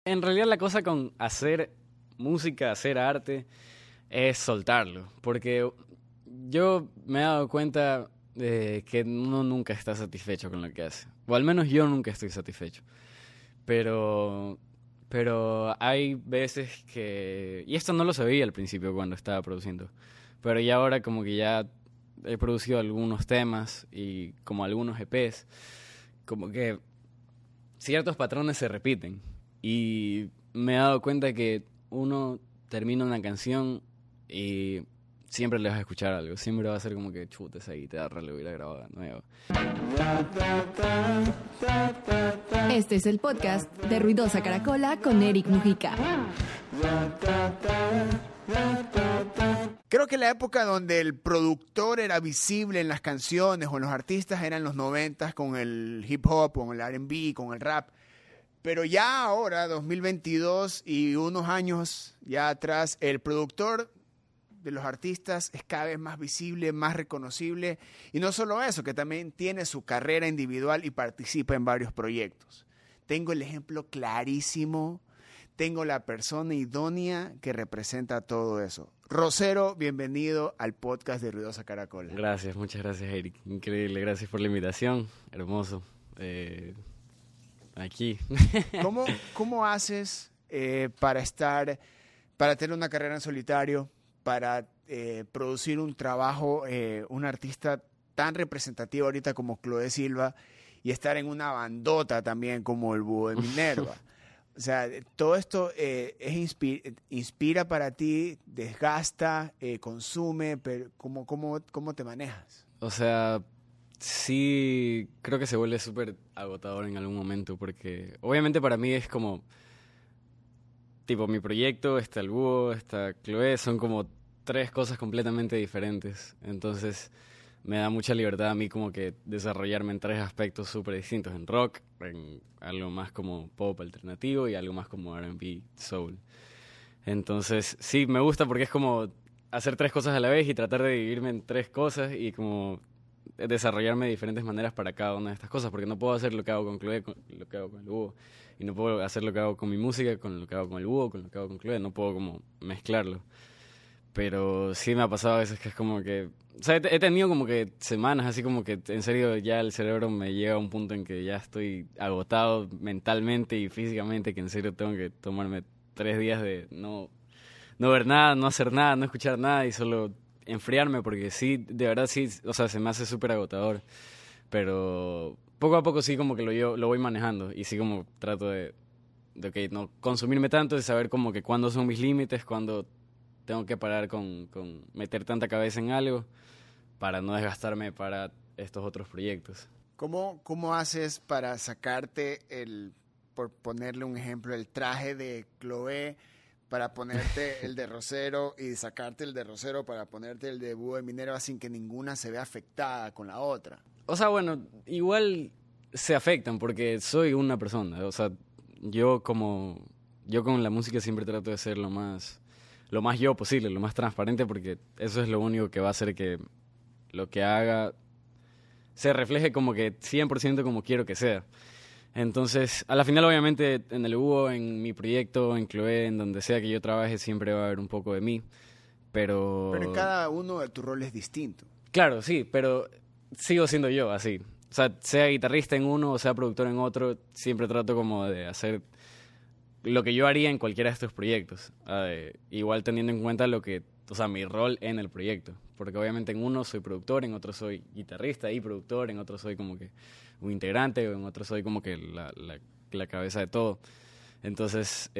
en realidad la cosa con hacer música, hacer arte, es soltarlo. Porque yo me he dado cuenta de que uno nunca está satisfecho con lo que hace. O al menos yo nunca estoy satisfecho. Pero hay veces que... Y esto no lo sabía al principio cuando estaba produciendo. Pero ya ahora como que ya he producido algunos temas y como algunos EPs. Como que ciertos patrones se repiten. Y me he dado cuenta que uno termina una canción y siempre le vas a escuchar algo. Siempre va a ser como que chuta esa guitarra, le hubiera grabado de nuevo. Este es el podcast de Ruidosa Caracola con Eric Mujica. Creo que la época donde el productor era visible en las canciones o en los artistas eran los 90s con el hip hop, con el R&B, con el rap. Pero ya ahora, 2022 y unos años ya atrás, el productor de los artistas es cada vez más visible, más reconocible. Y no solo eso, que también tiene su carrera individual y participa en varios proyectos. Tengo el ejemplo clarísimo. Tengo la persona idónea que representa todo eso. Rosero, bienvenido al podcast de Ruidosa Caracola. Gracias, muchas gracias, Eric. Increíble, gracias por la invitación. Hermoso. Aquí. ¿Cómo haces para tener una carrera en solitario, para producir un trabajo, un artista tan representativo ahorita como Chloé Silva y estar en una bandota también como el Búho de Minerva? O sea, todo esto inspira para ti, desgasta, consume, pero ¿cómo te manejas? O sea, sí, creo que se vuelve súper agotador en algún momento porque obviamente para mí es como, tipo, mi proyecto, está el Búho, está Chloé, son como tres cosas completamente diferentes. Entonces me da mucha libertad a mí como que desarrollarme en tres aspectos súper distintos, en rock, en algo más como pop alternativo y algo más como R&B, soul. Entonces sí, me gusta porque es como hacer tres cosas a la vez y tratar de dividirme en tres cosas y como desarrollarme de diferentes maneras para cada una de estas cosas, porque no puedo hacer lo que hago con Chloé, con lo que hago con el Búho, y no puedo hacer lo que hago con mi música, con lo que hago con el Búho, con lo que hago con Chloé, no puedo como mezclarlo. Pero sí me ha pasado a veces que es como que... O sea, he tenido como que semanas así como que en serio ya el cerebro me llega a un punto en que ya estoy agotado mentalmente y físicamente, que en serio tengo que tomarme 3 días de no ver nada, no hacer nada, no escuchar nada y solo enfriarme, porque sí, de verdad sí, o sea, se me hace súper agotador. Pero poco a poco sí como que lo voy manejando y sí como trato de okay, no consumirme tanto, de saber como que cuándo son mis límites, cuándo tengo que parar con meter tanta cabeza en algo para no desgastarme para estos otros proyectos. ¿Cómo haces para sacarte por ponerle un ejemplo, el traje de Chloé, para ponerte el de Rosero y sacarte el de Rosero para ponerte el de Búho de Minerva sin que ninguna se vea afectada con la otra? O sea, bueno, igual se afectan porque soy una persona. O sea, yo con la música siempre trato de ser lo más yo posible, lo más transparente, porque eso es lo único que va a hacer que lo que haga se refleje como que 100% como quiero que sea. Entonces, a la final, obviamente, en el Búho, en mi proyecto, en Chloé, en donde sea que yo trabaje, siempre va a haber un poco de mí, pero en cada uno de tu rol es distinto. Claro, sí, pero sigo siendo yo, así. O sea, sea guitarrista en uno o sea productor en otro, siempre trato como de hacer lo que yo haría en cualquiera de estos proyectos. Igual teniendo en cuenta mi rol en el proyecto. Porque obviamente en uno soy productor, en otro soy guitarrista y productor, en otro soy como que un integrante, o en otro soy como que la cabeza de todo. Entonces,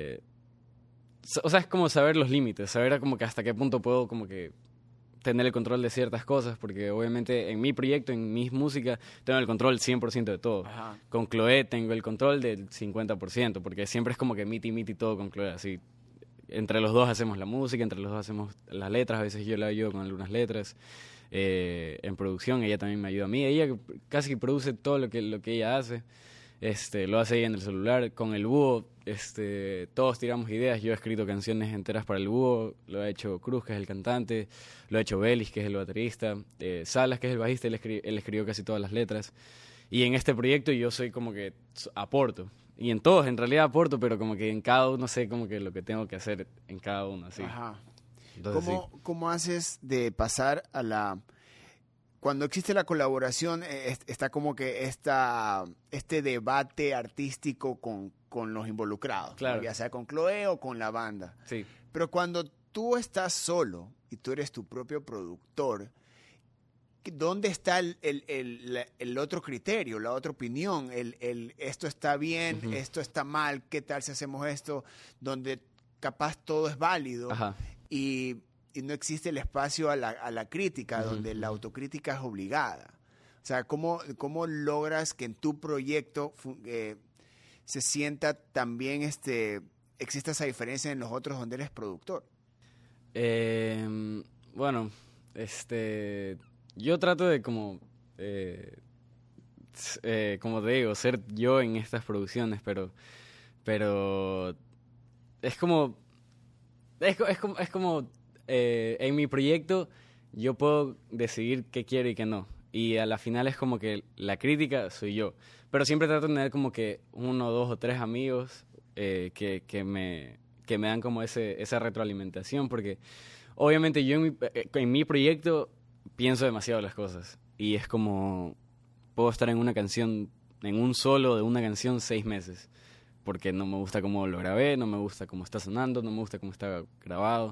o sea, es como saber los límites, saber como que hasta qué punto puedo como que tener el control de ciertas cosas, porque obviamente en mi proyecto, en mi música, tengo el control 100% de todo. Ajá. Con Chloé tengo el control del 50%, porque siempre es como que miti todo con Chloé, así. Entre los dos hacemos la música, entre los dos hacemos las letras, a veces yo la ayudo con algunas letras. En producción ella también me ayuda a mí, ella casi que produce todo lo que ella hace. Lo hace ella en el celular. Con el Búho, todos tiramos ideas. Yo he escrito canciones enteras para el Búho. Lo ha hecho Cruz, que es el cantante. Lo ha hecho Belis, que es el baterista. Salas, que es el bajista, él escribió casi todas las letras. Y en este proyecto yo soy como que aporto. Y en todos, en realidad aporto, pero como que en cada uno sé como que lo que tengo que hacer en cada uno, así. Ajá. Entonces, ¿Cómo haces de pasar a la... Cuando existe la colaboración, está como que este debate artístico con los involucrados, claro. ¿no? Ya sea con Chloé o con la banda. Sí. Pero cuando tú estás solo y tú eres tu propio productor, ¿dónde está el otro criterio, la otra opinión? Esto está bien, Uh-huh. esto está mal, ¿qué tal si hacemos esto? Donde capaz todo es válido. Ajá. Y no existe el espacio a la crítica, Uh-huh. donde la autocrítica es obligada. O sea, ¿cómo logras que en tu proyecto se sienta también, existe esa diferencia en los otros donde eres productor? Bueno, yo trato de como te digo, ser yo en estas producciones, pero es como en mi proyecto yo puedo decidir qué quiero y qué no. Y a la final es como que la crítica soy yo. Pero siempre trato de tener como que 1, 2 o 3 amigos que me dan como esa retroalimentación. Porque obviamente yo en mi proyecto pienso demasiado las cosas. Y es como, puedo estar en una canción, en un solo de una canción 6 meses. Porque no me gusta cómo lo grabé, no me gusta cómo está sonando, no me gusta cómo está grabado.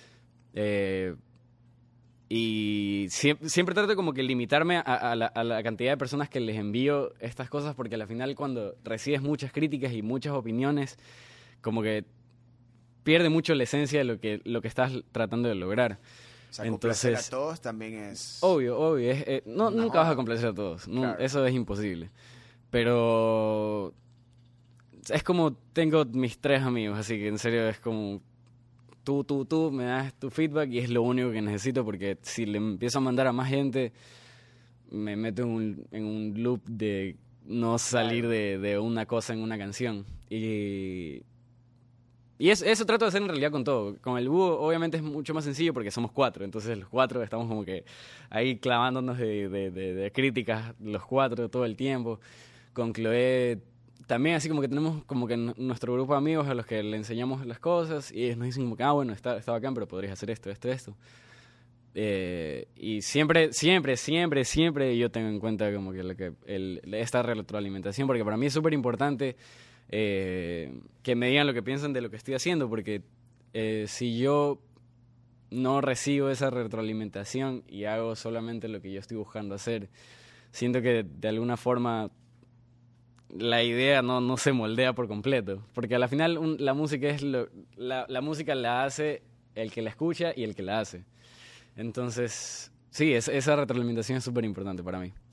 Y siempre trato como que limitarme a la cantidad de personas que les envío estas cosas, porque al final cuando recibes muchas críticas y muchas opiniones, como que pierde mucho la esencia de lo que estás tratando de lograr. O sea, complacer a todos también es... Obvio. Nunca vas a complacer a todos. Claro. Eso es imposible. Pero es como tengo mis 3 amigos, así que en serio es como... Tú me das tu feedback y es lo único que necesito, porque si le empiezo a mandar a más gente, me meto en un loop de no salir de una cosa en una canción. Y eso trato de hacer en realidad con todo. Con el búho obviamente es mucho más sencillo porque somos 4, entonces los 4 estamos como que ahí clavándonos de críticas, los 4 todo el tiempo. Con Chloé también así como que tenemos como que nuestro grupo de amigos a los que le enseñamos las cosas y ellos nos dicen como que, bueno, está bacán, pero podrías hacer esto. Y siempre yo tengo en cuenta como que esta retroalimentación, porque para mí es súper importante que me digan lo que piensan de lo que estoy haciendo, porque si yo no recibo esa retroalimentación y hago solamente lo que yo estoy buscando hacer, siento que de alguna forma la idea no se moldea por completo, porque a la final la música la música la hace el que la escucha y el que la hace. Entonces, sí, esa retroalimentación es súper importante para mí.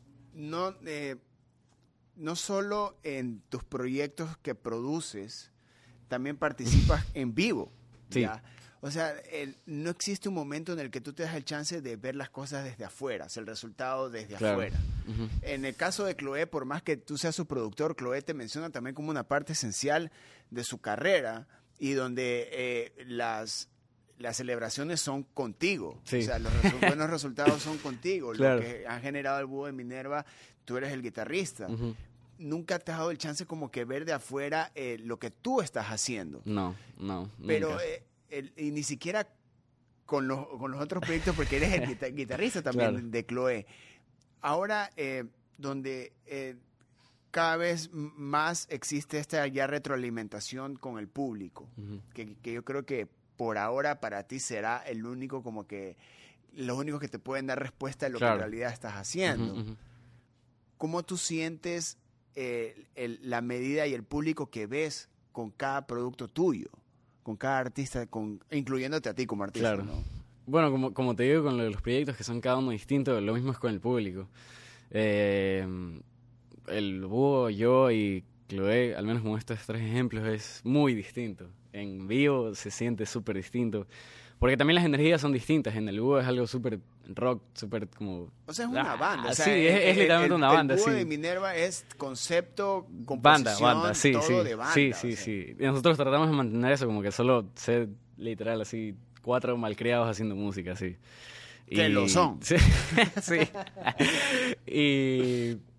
No solo en tus proyectos que produces, también participas en vivo. Sí. ¿Ya? O sea, no existe un momento en el que tú te das el chance de ver las cosas desde afuera, o sea, el resultado desde afuera. Uh-huh. En el caso de Chloé, por más que tú seas su productor, Chloé te menciona también como una parte esencial de su carrera y donde las celebraciones son contigo. Sí. O sea, los buenos resultados son contigo. Claro. Lo que han generado el búho de Minerva, tú eres el guitarrista. Uh-huh. Nunca te has dado el chance como que ver de afuera lo que tú estás haciendo. No. Pero nunca. Y ni siquiera con los otros proyectos, porque eres el guitarrista también, claro, de Chloé. Ahora, donde cada vez más existe esta ya retroalimentación con el público, uh-huh, que yo creo que por ahora para ti será el único como que los únicos que te pueden dar respuesta a lo, claro, que en realidad estás haciendo. Uh-huh, uh-huh. ¿Cómo tú sientes la medida y el público que ves con cada producto tuyo? Con cada artista, incluyéndote a ti como artista, claro, ¿no? Bueno, como te digo, con los proyectos que son cada uno distinto, lo mismo es con el público. El búho, yo y Chloé, al menos con estos 3 ejemplos, es muy distinto. En vivo se siente súper distinto. Porque también las energías son distintas. En el búho es algo súper rock, súper como... O sea, es una banda. O sea, sí, es literalmente una banda. El búho sí. de Minerva es concepto, composición, banda, sí, todo sí, de banda. Sí. O sea. Sí. Y nosotros tratamos de mantener eso, como que solo ser literal así, 4 malcriados haciendo música, así. Que lo son. Sí. Sí.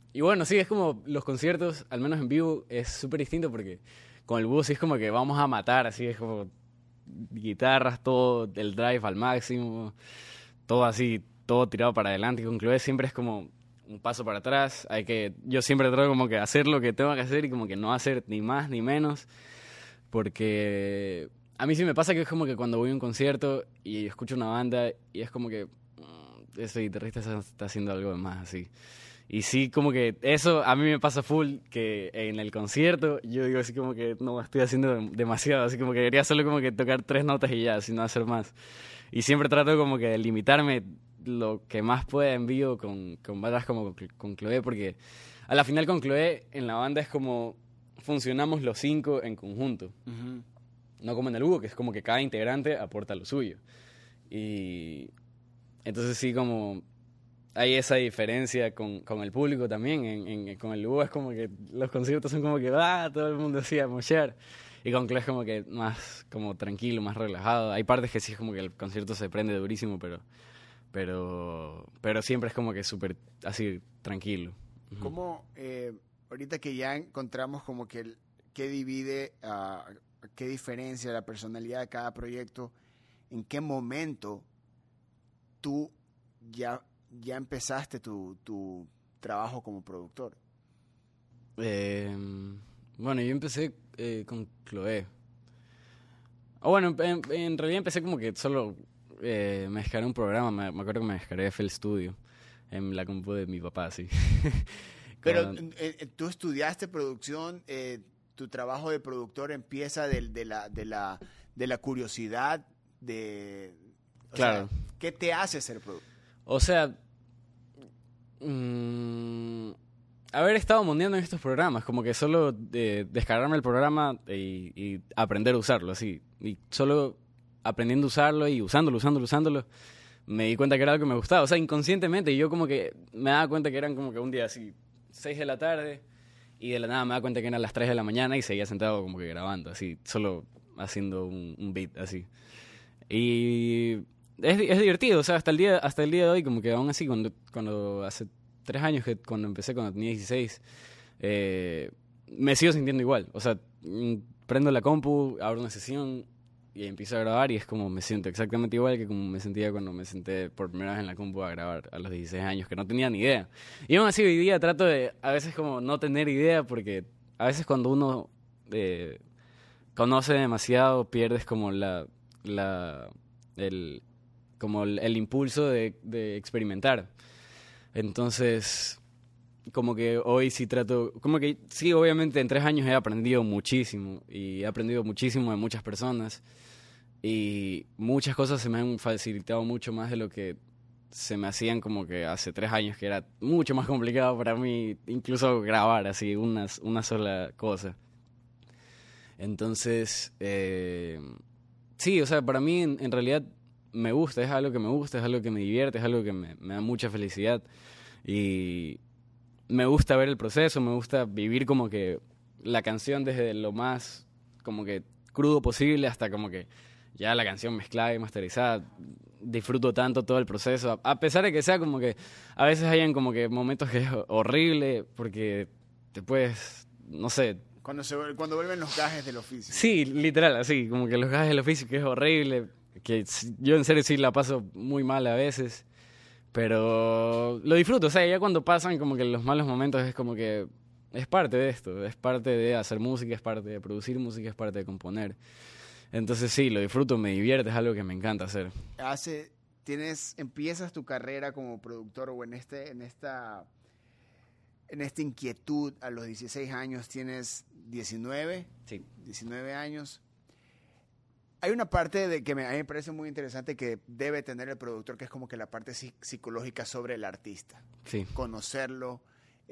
y bueno, sí, es como los conciertos, al menos en vivo, es súper distinto porque con el búho sí es como que vamos a matar, así es como guitarras, todo, el drive al máximo, todo así, todo tirado para adelante. Y con Chloé siempre es como un paso para atrás. Yo siempre trato como que hacer lo que tengo que hacer y como que no hacer ni más ni menos, porque a mí sí me pasa que es como que cuando voy a un concierto y escucho una banda y es como que ese guitarrista está haciendo algo de más así. Y sí, como que eso a mí me pasa full, que en el concierto yo digo así como que no, estoy haciendo demasiado, así como que quería solo como que tocar 3 notas y ya, sin no hacer más. Y siempre trato como que de limitarme lo que más pueda en vivo con bandas como con Chloé, porque a la final con Chloé en la banda es como funcionamos los 5 en conjunto. Uh-huh. No como en el Hugo, que es como que cada integrante aporta lo suyo. Y entonces sí, como hay esa diferencia con el público también. Con el Hugo es como que los conciertos son como que todo el mundo así a mochar. Y con Chloé es como que más como tranquilo, más relajado. Hay partes que sí es como que el concierto se prende durísimo, pero siempre es como que súper así tranquilo. ¿Cómo, ahorita que ya encontramos como que qué divide, qué diferencia la personalidad de cada proyecto, en qué momento tú ya empezaste tu trabajo como productor? Bueno, yo empecé con Chloé. Bueno, en realidad empecé como que solo me descargué un programa, me acuerdo que me descargué FL Studio en la compu de mi papá, sí. Pero tú estudiaste producción, tu trabajo de productor empieza de la curiosidad de... Claro. sea, ¿qué te hace ser productor? O sea, haber estado mundiando en estos programas, como que solo descargarme el programa y aprender a usarlo, así. Y solo aprendiendo a usarlo y usándolo, me di cuenta que era algo que me gustaba. O sea, inconscientemente, yo como que me daba cuenta que eran como que un día así, 6 de la tarde, y de la nada me daba cuenta que eran las 3 de la mañana y seguía sentado como que grabando, así, solo haciendo un beat, así. Y es divertido, o sea, hasta el día de hoy, como que aún así, cuando hace 3 años, cuando empecé, cuando tenía 16, me sigo sintiendo igual. O sea, prendo la compu, abro una sesión y empiezo a grabar y es como me siento exactamente igual que como me sentía cuando me senté por primera vez en la compu a grabar a los 16 años, que no tenía ni idea. Y aún así hoy día trato de a veces como no tener idea, porque a veces cuando uno conoce demasiado pierdes como el impulso de experimentar. Entonces, como que hoy sí trato, como que sí, obviamente en 3 años he aprendido muchísimo y he aprendido muchísimo de muchas personas y muchas cosas se me han facilitado mucho más de lo que se me hacían como que hace 3 años, que era mucho más complicado para mí incluso grabar así una sola cosa. Entonces, sí, o sea, para mí en realidad me gusta, es algo que me gusta, es algo que me divierte, es algo que me da mucha felicidad y me gusta ver el proceso, me gusta vivir como que la canción desde lo más como que crudo posible hasta como que ya la canción mezclada y masterizada. Disfruto tanto todo el proceso, a pesar de que sea como que a veces hayan como que momentos que es horrible porque te puedes, no sé... Cuando vuelven los gajes del oficio. Sí, literal, así, como que los gajes del oficio, que es horrible, que yo en serio sí la paso muy mal a veces, pero lo disfruto, o sea, ya cuando pasan como que los malos momentos es como que es parte de esto, es parte de hacer música, es parte de producir música, es parte de componer. Entonces sí, lo disfruto, me divierte, es algo que me encanta hacer. Empiezas tu carrera como productor o en esta inquietud a los 16 años, tienes 19, sí. 19 años. Hay una parte que a mí me parece muy interesante que debe tener el productor, que es como que la parte psicológica sobre el artista. Sí. Conocerlo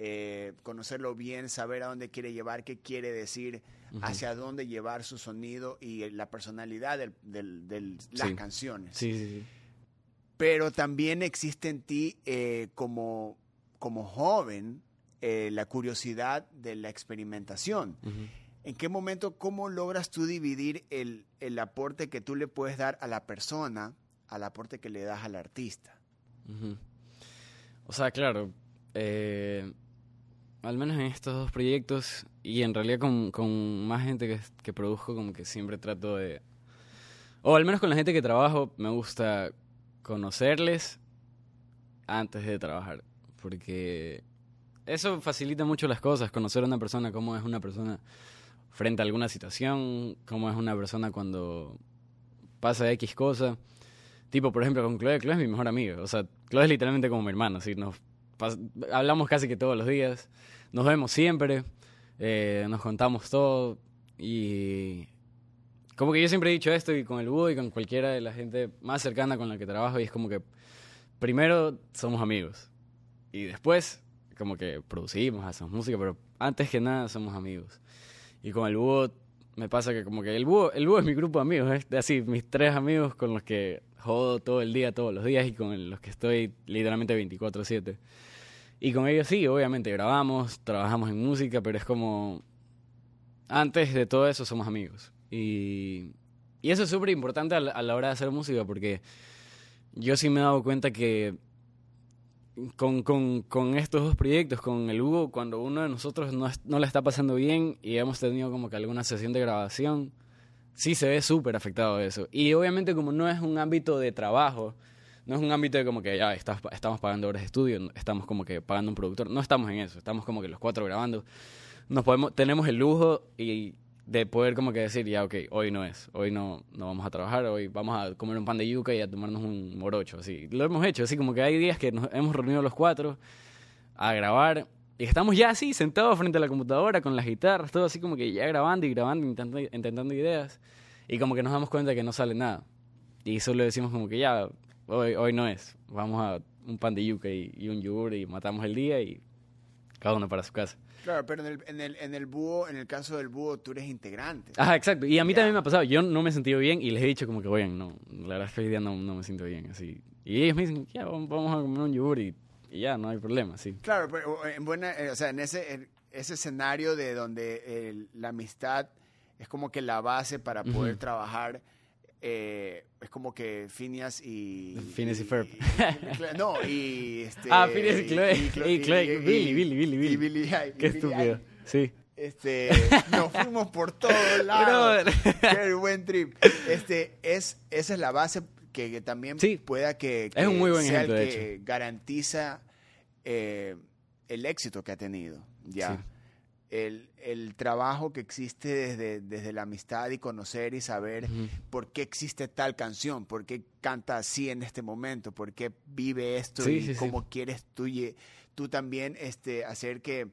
bien, saber a dónde quiere llevar, qué quiere decir, hacia dónde llevar su sonido y la personalidad de las canciones. Sí. Pero también existe en ti como joven la curiosidad de la experimentación. ¿En qué momento, cómo logras tú dividir el aporte que tú le puedes dar a la persona al aporte que le das al artista? O sea, claro, al menos en estos dos proyectos, y en realidad con más gente que produzco, como que siempre trato de... O al menos con la gente que trabajo, me gusta conocerles antes de trabajar. Porque eso facilita mucho las cosas, conocer a una persona, cómo es una persona frente a alguna situación, cómo es una persona cuando pasa X cosa. Tipo, por ejemplo, con Chloe. Chloe es mi mejor amiga. O sea, Chloe es literalmente como mi hermana. ¿Sí? Hablamos casi que todos los días. Nos vemos siempre. Nos contamos todo. Y como que yo siempre he dicho esto, y con el Búho y con cualquiera de la gente más cercana con la que trabajo, y es como que primero somos amigos. Y después como que producimos, hacemos música, pero antes que nada somos amigos. Y con el Búho me pasa que como que el Búho es mi grupo de amigos, es así, mis 3 amigos con los que jodo todo el día, todos los días, y con los que estoy literalmente 24/7. Y con ellos sí, obviamente grabamos, trabajamos en música, pero es como... Antes de todo eso somos amigos. Y eso es súper importante a la hora de hacer música, porque yo sí me he dado cuenta que con estos dos proyectos, con el Hugo, cuando uno de nosotros no la está pasando bien y hemos tenido como que alguna sesión de grabación, sí se ve súper afectado de eso. Y obviamente como no es un ámbito de trabajo, no es un ámbito de como que ya estamos pagando horas de estudio, estamos como que pagando un productor, no estamos en eso, estamos como que los 4 grabando. Tenemos el lujo de poder como que decir, ya, ok, hoy no vamos a trabajar, hoy vamos a comer un pan de yuca y a tomarnos un morocho, así. Lo hemos hecho, así como que hay días que nos hemos reunido los 4 a grabar y estamos ya así, sentados frente a la computadora con las guitarras, todo así como que ya grabando, intentando ideas, y como que nos damos cuenta que no sale nada. Y solo decimos como que ya, hoy no es, vamos a un pan de yuca y un yogur y matamos el día y cada uno para su casa. Claro, pero en el Búho, en el caso del Búho, tú eres integrante. Ajá, exacto. Y a mí también me ha pasado. Yo no me he sentido bien y les he dicho como que, oigan, no, la verdad es que hoy día no me siento bien, así. Y ellos me dicen, ya, vamos a comer un yogur y ya, no hay problema, sí. Claro, pero o sea, en ese escenario de donde la amistad es como que la base para poder trabajar, es como que Phineas y Ferb. No, y Phineas y Chloe. Billy. Qué estúpido. Sí. Nos fuimos por todos lados. Qué buen trip. Esa es la base que también pueda que es un muy buen sea ejemplo, el de que hecho. garantiza el éxito que ha tenido. Ya. Sí. El trabajo que existe desde la amistad y conocer y saber por qué existe tal canción, por qué canta así en este momento, por qué vive esto cómo quieres tú también hacer que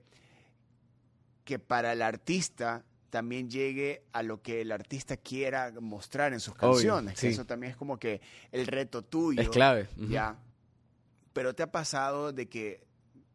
para el artista también llegue a lo que el artista quiera mostrar en sus canciones. Obvio, sí. Eso también es como que el reto tuyo. Es clave. Ya. Pero ¿te ha pasado de que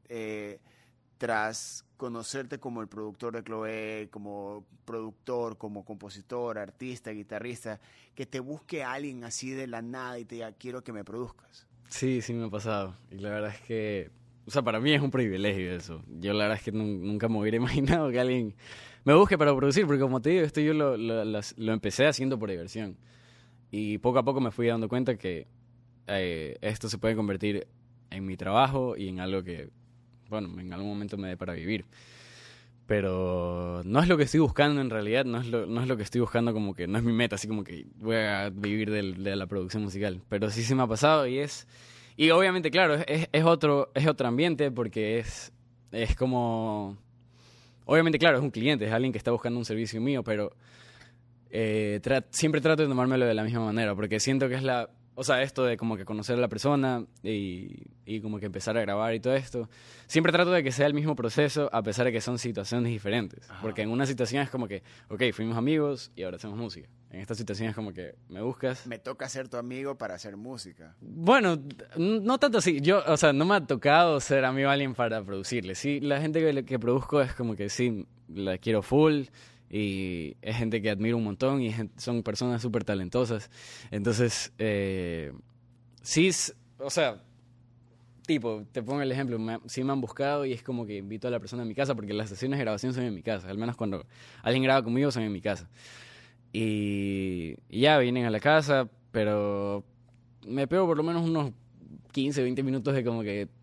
tras conocerte como el productor de Chloe, como productor, como compositor, artista, guitarrista, que te busque alguien así de la nada y te diga, quiero que me produzcas? Sí, me ha pasado. Y la verdad es que, o sea, para mí es un privilegio eso. Yo la verdad es que nunca me hubiera imaginado que alguien me busque para producir, porque como te digo, esto yo lo empecé haciendo por diversión. Y poco a poco me fui dando cuenta que esto se puede convertir en mi trabajo y en algo que, bueno, en algún momento me dé para vivir. Pero no es lo que estoy buscando en realidad, no es lo que estoy buscando, como que no es mi meta, así como que voy a vivir de la producción musical. Pero sí se me ha pasado y obviamente, claro, es otro ambiente, porque es como... Obviamente, claro, es un cliente, es alguien que está buscando un servicio mío, pero siempre trato de tomármelo de la misma manera, porque siento que es o sea, esto de como que conocer a la persona y como que empezar a grabar y todo esto, siempre trato de que sea el mismo proceso, a pesar de que son situaciones diferentes. Ajá. Porque en una situación es como que, ok, fuimos amigos y ahora hacemos música. En esta situación es como que me buscas. Me toca ser tu amigo para hacer música. Bueno, no tanto así. O sea, no me ha tocado ser amigo de alguien para producirle. Sí, la gente que produzco es como que sí, la quiero full. Y es gente que admiro un montón y son personas súper talentosas. Entonces, sí, o sea, tipo, te pongo el ejemplo, sí me han buscado y es como que invito a la persona a mi casa, porque las sesiones de grabación son en mi casa, al menos cuando alguien graba conmigo son en mi casa. Y ya vienen a la casa, pero me pego por lo menos unos 15, 20 minutos de como que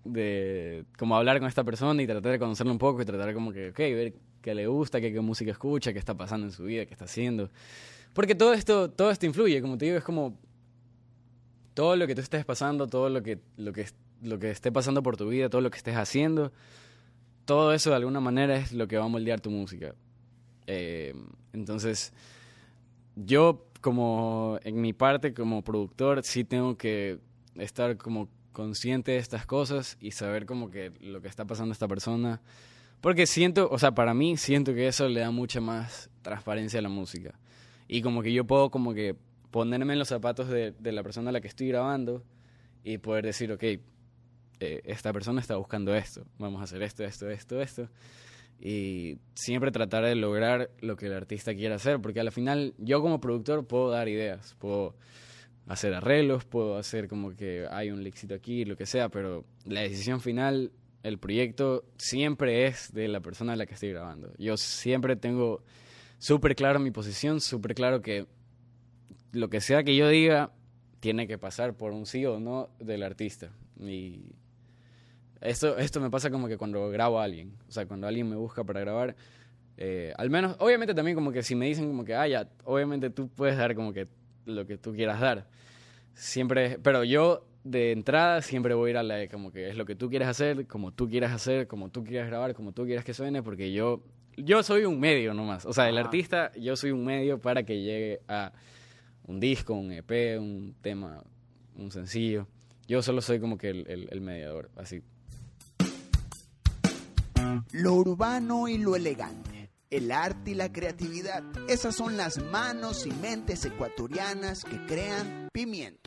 de como hablar con esta persona y tratar de conocerlo un poco y tratar como que, ok, ver qué le gusta, qué música escucha, qué está pasando en su vida, qué está haciendo. Porque todo esto influye, como te digo, es como todo lo que tú estés pasando, todo lo que esté pasando por tu vida, todo lo que estés haciendo, todo eso de alguna manera es lo que va a moldear tu música. Entonces, yo como en mi parte como productor sí tengo que estar como consciente de estas cosas y saber como que lo que está pasando a esta persona, porque siento, o sea, para mí siento que eso le da mucha más transparencia a la música y como que yo puedo como que ponerme en los zapatos de la persona a la que estoy grabando y poder decir, ok, esta persona está buscando esto, vamos a hacer esto, y siempre tratar de lograr lo que el artista quiera hacer, porque al final yo como productor puedo dar ideas, puedo hacer arreglos, puedo hacer como que hay un lickcito aquí, lo que sea, pero la decisión final, el proyecto siempre es de la persona a la que estoy grabando. Yo siempre tengo súper claro mi posición, súper claro que lo que sea que yo diga tiene que pasar por un sí o no del artista. Y esto me pasa como que cuando grabo a alguien, o sea, cuando alguien me busca para grabar, al menos, obviamente también como que si me dicen como que, ya, obviamente tú puedes dar como que lo que tú quieras dar. Siempre, pero yo de entrada siempre voy a ir a la de como que es lo que tú quieres hacer, como tú quieras hacer, como tú quieras grabar, como tú quieras que suene, porque yo soy un medio nomás. O sea, el artista, yo soy un medio para que llegue a un disco, un EP, un tema, un sencillo. Yo solo soy como que el mediador, así. Lo urbano y lo elegante, el arte y la creatividad, esas son las manos y mentes ecuatorianas que crean Pimiento.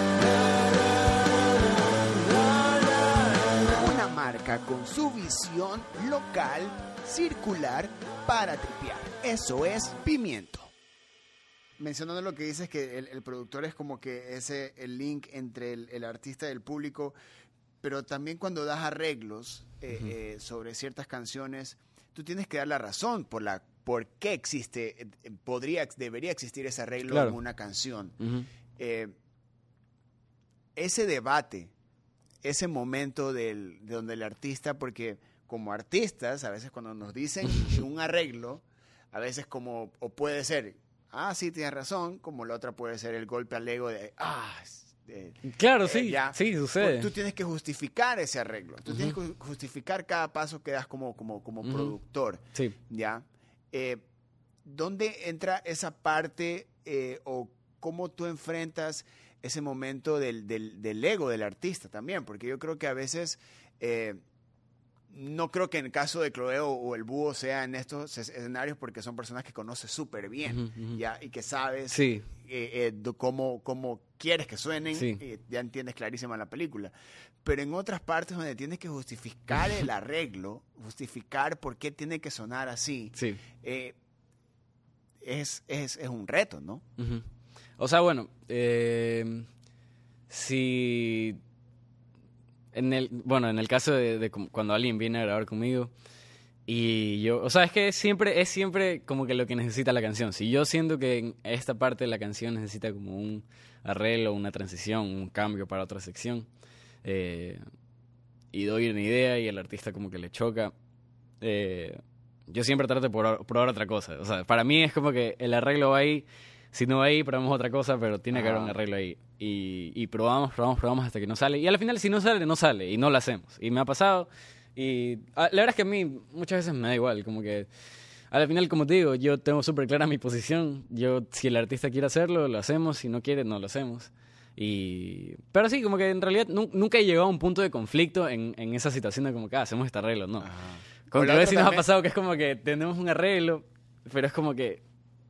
Una marca con su visión local, circular, para tripear. Eso es Pimiento. Mencionando lo que dices, que el productor es como que el link entre el artista y el público, pero también cuando das arreglos sobre ciertas canciones, tú tienes que dar la razón por qué existe, debería existir ese arreglo, claro, en una canción. Ese debate, ese momento de donde el artista, porque como artistas, a veces cuando nos dicen un arreglo, a veces como, o puede ser, sí, tienes razón, como la otra puede ser el golpe al ego de, claro, sí, sí, sucede. Tú tienes que justificar ese arreglo, tú tienes que justificar cada paso que das como productor. Sí. ¿Ya? ¿Dónde entra esa parte o cómo tú enfrentas ese momento del ego del artista también? Porque yo creo que a veces... no creo que en el caso de Cleo o el Búho sea en estos escenarios, porque son personas que conoces súper bien, ¿ya? Y que sabes sí, cómo quieres que suenen, sí, ya entiendes clarísima la película. Pero en otras partes donde tienes que justificar el arreglo, justificar por qué tiene que sonar así, sí, es un reto, ¿no? O sea, bueno, si... En el caso de cuando alguien viene a grabar conmigo y yo, o sea, es que es siempre como que lo que necesita la canción. Si yo siento que en esta parte de la canción necesita como un arreglo, una transición, un cambio para otra sección, y doy una idea y el artista como que le choca, yo siempre trato de probar otra cosa. O sea, para mí es como que el arreglo va ahí, si no va ahí, probamos otra cosa, pero tiene que haber un arreglo ahí. Y probamos hasta que no sale. Y al final, si no sale, no sale. Y no lo hacemos. Y me ha pasado. Y la verdad es que a mí muchas veces me da igual. Como que al final, como te digo, yo tengo súper clara mi posición. Si el artista quiere hacerlo, lo hacemos. Si no quiere, no lo hacemos. Pero sí, como que en realidad nunca he llegado a un punto de conflicto en esa situación de como que hacemos este arreglo. No. Con Chloe sí nos ha pasado que es como que tenemos un arreglo, pero es como que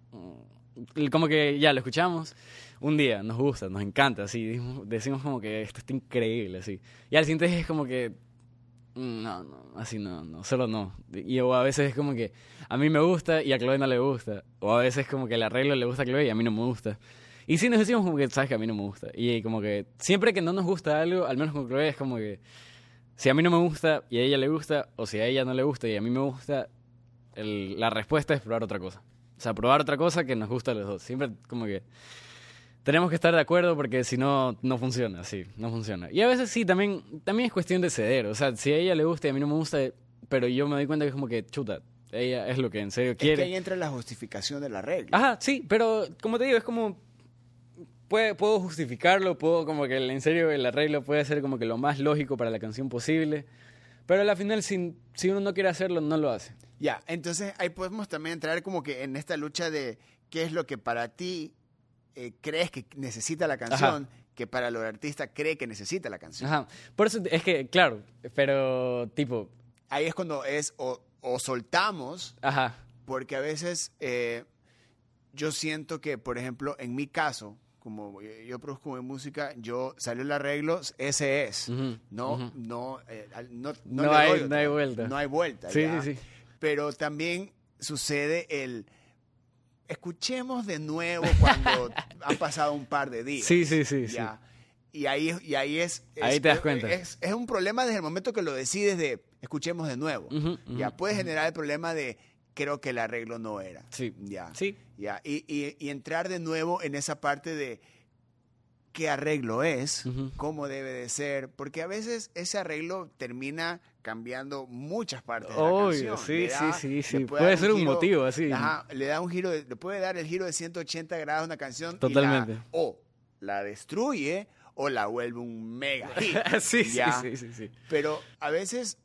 ya lo escuchamos un día, nos gusta, nos encanta, así decimos como que esto está increíble, así, y al siguiente es como que no, así no, solo no, o a veces es como que a mí me gusta y a Chloe no le gusta, o a veces como que el arreglo le gusta a Chloe y a mí no me gusta, y sí nos decimos como que sabes que a mí no me gusta, y como que siempre que no nos gusta algo, al menos con Chloe es como que si a mí no me gusta y a ella le gusta, o si a ella no le gusta y a mí me gusta, la respuesta es probar otra cosa. O sea, probar otra cosa que nos gusta a los dos. Siempre como que tenemos que estar de acuerdo porque si no, no funciona, sí, no funciona. Y a veces sí, también es cuestión de ceder. O sea, si a ella le gusta y a mí no me gusta, pero yo me doy cuenta que es como que, chuta, ella es lo que en serio quiere. Es que ahí entra la justificación del arreglo. Ajá, sí, pero como te digo, es como... Puedo justificarlo, puedo como que en serio el arreglo puede ser como que lo más lógico para la canción posible, pero al final si uno no quiere hacerlo, no lo hace. Ya, entonces ahí podemos también entrar como que en esta lucha de qué es lo que para ti crees que necesita la canción, Ajá. que para el artista cree que necesita la canción. Ajá, por eso es que, claro, pero tipo... Ahí es cuando es o soltamos, Ajá, porque a veces yo siento que, por ejemplo, en mi caso, como yo produzco mi música, yo salió el arreglo, ese es. ujú, No, ujú. no, no No le hay- doy no otra. hay vuelta. No hay vuelta. Sí, ya. sí, sí. Pero también sucede escuchemos de nuevo cuando han pasado un par de días. Sí, sí, sí, Ya. Y ahí es Ahí te das cuenta. Es un problema desde el momento que lo decides de escuchemos de nuevo. Ujú, Ya ujú, puede generar el problema de creo que el arreglo no era. Sí. Ya. Sí. Ya. Y entrar de nuevo en esa parte de qué arreglo es, Ujú. cómo debe de ser, porque a veces ese arreglo termina cambiando muchas partes de la Obvio, canción. sí, Le da- sí, sí, le sí. puede Puede dar ser un giro- motivo, así. Ajá, le da un giro, le puede dar el giro de 180 grados a una canción Totalmente. y o la destruye o la vuelve un mega hit. Sí, sí, Ya. sí, sí, sí. Pero a veces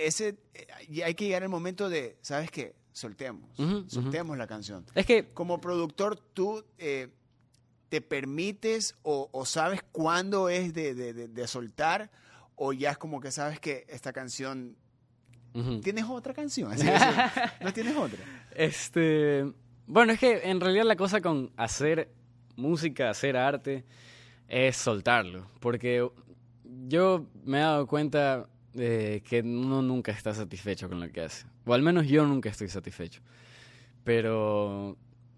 y hay que llegar al momento de, ¿sabes qué? Soltemos, Ujú, soltemos la canción. Es que Como productor, tú te permites o sabes cuándo es de soltar, o ya es como que sabes que esta canción... ujú. ¿Tienes otra canción? Así decir, ¿no tienes otra? Bueno, es que en realidad la cosa con hacer música, hacer arte, es soltarlo. Porque yo me he dado cuenta de que uno nunca está satisfecho con lo que hace. O al menos yo nunca estoy satisfecho. Pero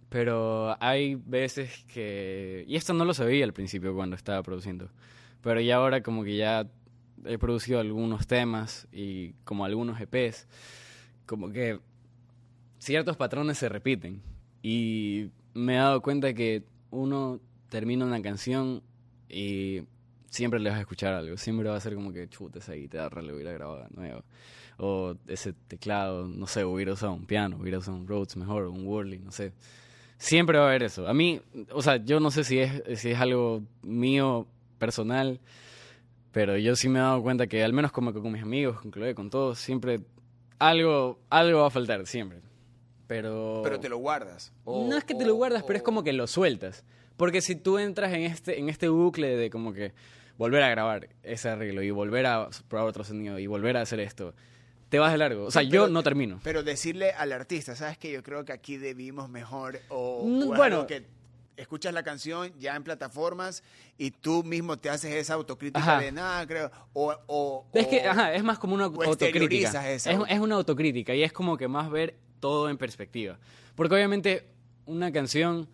hay veces que... Y esto no lo sabía al principio cuando estaba produciendo. Pero ya ahora como que ya he producido algunos temas y como algunos EPs, como que ciertos patrones se repiten. Y me he dado cuenta que uno termina una canción y siempre le vas a escuchar algo. Siempre va a ser como que chuta, esa guitarra le hubiera grabado de nuevo. O ese teclado, no sé, hubiera usado un piano, hubiera usado un Rhodes mejor, un Worley, no sé. Siempre va a haber eso. A mí, o sea, yo no sé si es algo mío, personal, pero yo sí me he dado cuenta que al menos como con mis amigos, con Chloe, con todos, siempre algo va a faltar, siempre. Pero te lo guardas. no es que te lo guardas, pero es como que lo sueltas. Porque si tú entras en este bucle de como que volver a grabar ese arreglo y volver a probar otro sonido y volver a hacer esto, te vas de largo. O sea, yo no termino. Pero decirle al artista, ¿sabes qué? Yo creo que aquí debimos mejor, o es Bueno. algo que escuchas la canción ya en plataformas y tú mismo te haces esa autocrítica Ajá. de nada, creo, Es que, es más como una autocrítica. exteriorizas esa. Es una autocrítica y es como que más ver todo en perspectiva. Porque obviamente una canción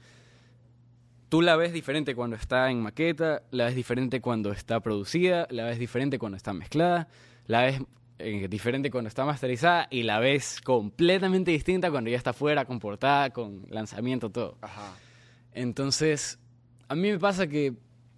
tú la ves diferente cuando está en maqueta, la ves diferente cuando está producida, la ves diferente cuando está mezclada, la ves diferente cuando está masterizada y la ves completamente distinta cuando ya está fuera, con portada, con lanzamiento, todo. Ajá. Entonces, a mí me pasa que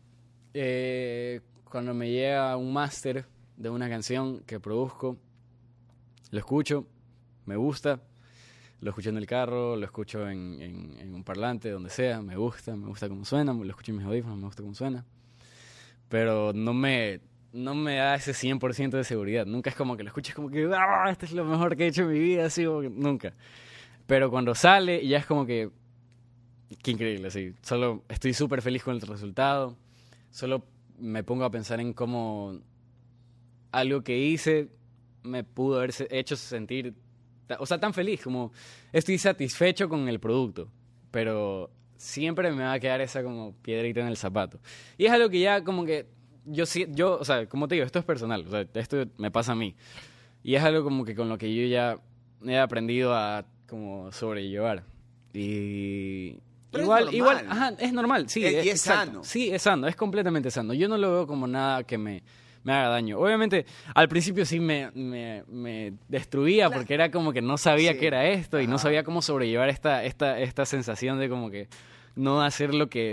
cuando me llega un máster de una canción que produzco, lo escucho, me gusta, lo escucho en el carro, lo escucho en un parlante, donde sea, me gusta cómo suena, lo escucho en mis audífonos, me gusta cómo suena, pero no me da ese 100% de seguridad. Nunca es como que lo escuches como que esto es lo mejor que he hecho en mi vida, así como que nunca. Pero cuando sale ya es como que qué increíble, sí. Solo estoy súper feliz con el resultado. Solo me pongo a pensar en cómo algo que hice me pudo haber hecho sentir, o sea, tan feliz, como estoy satisfecho con el producto, pero siempre me va a quedar esa como piedrita en el zapato. Y es algo que ya como que yo, o sea, como te digo, esto es personal, o sea, esto me pasa a mí. Y es algo como que con lo que yo ya he aprendido a como sobrellevar. Y Pero igual, es normal. ajá, es normal, sí. Y es exacto. sano. Sí, es sano, es completamente sano. Yo no lo veo como nada que me haga daño. Obviamente, al principio sí me destruía porque era como que no sabía Sí. qué era esto y no Ajá. sabía cómo sobrellevar esta sensación de como que no hacer lo que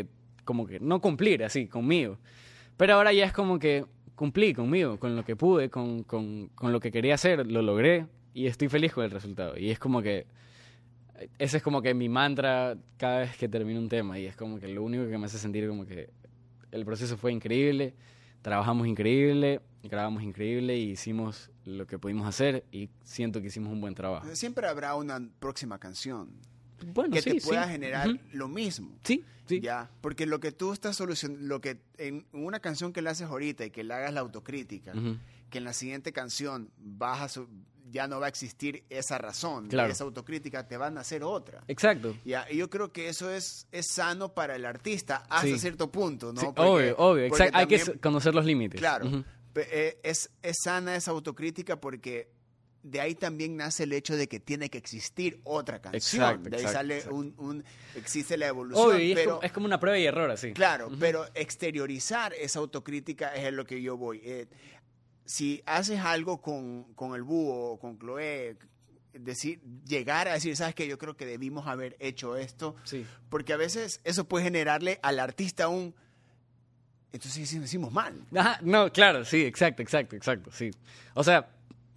como que no cumplir así conmigo. Pero ahora ya es como que cumplí conmigo, con lo que pude, con lo que quería hacer, lo logré y estoy feliz con el resultado. Y es como que ese es como que mi mantra cada vez que termino un tema y es como que lo único que me hace sentir como que el proceso fue increíble, trabajamos increíble, grabamos increíble y hicimos lo que pudimos hacer y siento que hicimos un buen trabajo. Siempre habrá una próxima canción Bueno, que sí, te pueda sí. generar Ujú. lo mismo. Sí, sí. Ya, porque lo que tú estás solucionando, lo que en una canción que le haces ahorita y que le hagas la autocrítica, Ujú. que en la siguiente canción ya no va a existir esa razón, Claro. de esa autocrítica, te van a hacer otra. Exacto. Ya, y yo creo que eso es sano para el artista hasta Sí. cierto punto, ¿no? Sí, Porque- obvio. porque Exacto. Hay que también- conocer los límites. Claro, Ujú. es sana esa autocrítica porque de ahí también nace el hecho de que tiene que existir otra canción. Exacto, de ahí exacto, sale exacto. existe la evolución, Obvio, y pero es como una prueba y error, así. claro, pero exteriorizar esa autocrítica es a lo que yo voy. Si haces algo con el búho o con Chloé, llegar a decir, ¿sabes qué? Yo creo que debimos haber hecho esto, Sí. porque a veces eso puede generarle al artista entonces hicimos mal. Ajá, no, claro, sí, exacto, sí. O sea,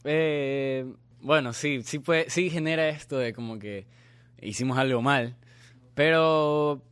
bueno, sí genera esto de como que hicimos algo mal, pero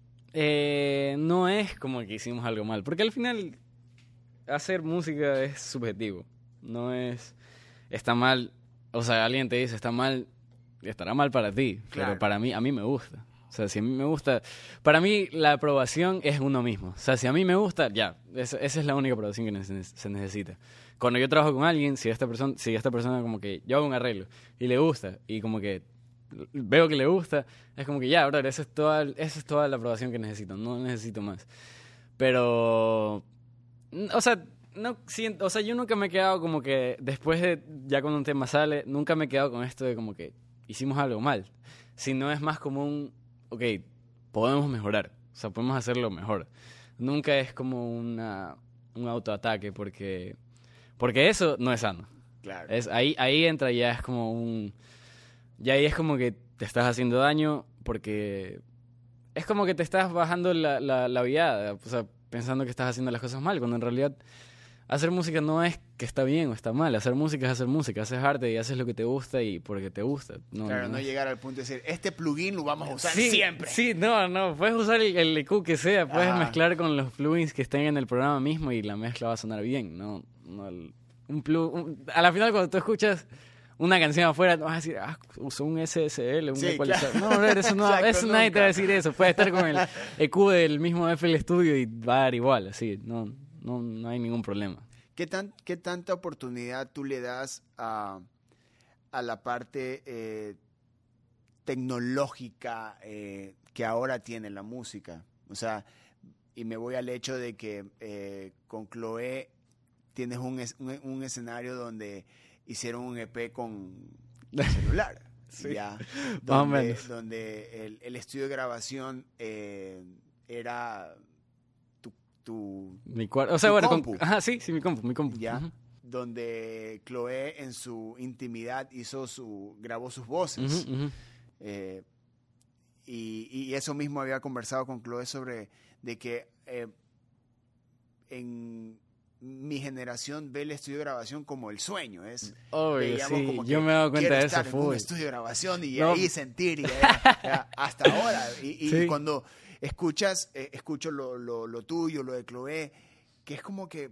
no es como que hicimos algo mal, porque al final hacer música es subjetivo, no es, está mal, o sea, alguien te dice está mal, estará mal para ti, Claro. pero para mí, a mí me gusta. O sea, si a mí me gusta... Para mí, la aprobación es uno mismo. O sea, si a mí me gusta, ya. Esa es la única aprobación que se necesita. Cuando yo trabajo con alguien, si esta persona como que... Yo hago un arreglo y le gusta y como que veo que le gusta, es como que ya, brother, esa es toda la aprobación que necesito. No necesito más. Pero... O sea... No siento, o sea, yo nunca me he quedado como que después de ya cuando un tema sale, nunca me he quedado con esto de como que hicimos algo mal. Sino es más como ok, podemos mejorar, o sea, podemos hacerlo mejor. Nunca es como un autoataque porque eso no es sano. Claro. Ahí entra ya es como ya ahí es como que te estás haciendo daño porque es como que te estás bajando la viada, o sea, pensando que estás haciendo las cosas mal, cuando en realidad hacer música no es que está bien o está mal. Hacer música es hacer música. Haces arte y haces lo que te gusta y porque te gusta. Claro, no es- llegar al punto de decir, este plugin lo vamos a usar Sí, siempre. Sí, no. Puedes usar el EQ que sea. Puedes Ajá. mezclar con los plugins que estén en el programa mismo y la mezcla va a sonar bien. A la final, cuando tú escuchas una canción afuera, vas a decir, usó un SSL, un Sí, ecualizador. claro. No, brother, eso no, Exacto, eso nadie te va a nunca. decir eso. Puede estar con el EQ del mismo FL Studio y va a dar igual. Así, no hay ningún problema. ¿Qué tanta oportunidad tú le das a la parte tecnológica que ahora tiene la música? O sea, y me voy al hecho de que con Chloé tienes un escenario donde hicieron un EP con celular. Sí, ya, más o menos. donde el estudio de grabación era Mi cuarto, o sea, tu bueno, compu. ajá, sí, mi compu. ya, Ujú. donde Chloé en su intimidad grabó sus voces. Ujú, ujú. Y eso mismo había conversado con Chloé sobre de que en mi generación ve el estudio de grabación como el sueño. Obvio, veíamos sí, como que yo me he dado cuenta quiero de eso estar en un full. estudio de grabación y No. ahí sentir hasta ahora. Y Sí. cuando escucho lo tuyo, lo de Chloé, que es como que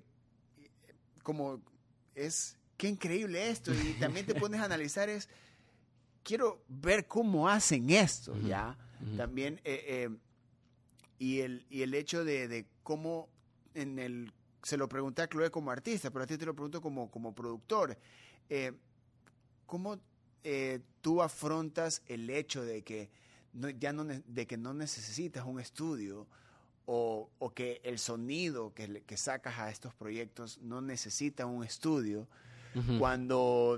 qué increíble esto. Y también te pones a analizar quiero ver cómo hacen esto, Ujú, ¿ya? ujú. También, y el hecho de cómo se lo pregunté a Chloé como artista, pero a ti te lo pregunto como productor. ¿Cómo tú afrontas el hecho de que de que no necesitas un estudio o que el sonido que sacas a estos proyectos no necesita un estudio Ujú. cuando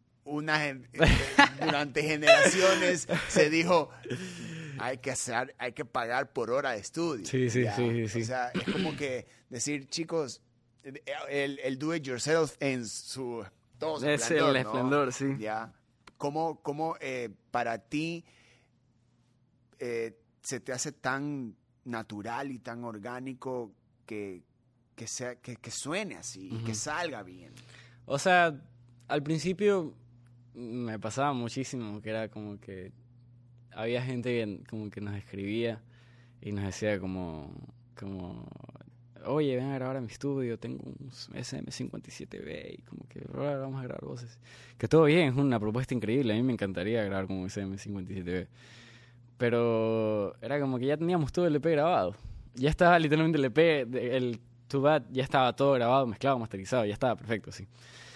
durante generaciones se dijo hay que pagar por hora de estudio. Sí. O sea, es como que decir, chicos, el do it yourself en todo su Es esplendor, el ¿no? esplendor, sí. Ya. ¿Cómo para ti se te hace tan natural y tan orgánico que suene así y que salga bien? O sea, al principio me pasaba muchísimo, que era como que había gente que como que nos escribía y nos decía como oye, ven a grabar a mi estudio, tengo un SM57B y como que vamos a grabar voces. Que todo bien, es una propuesta increíble, a mí me encantaría grabar con un SM57B. Pero era como que ya teníamos todo el EP grabado. Ya estaba literalmente el EP, el Too Bad, ya estaba todo grabado, mezclado, masterizado, ya estaba perfecto, sí.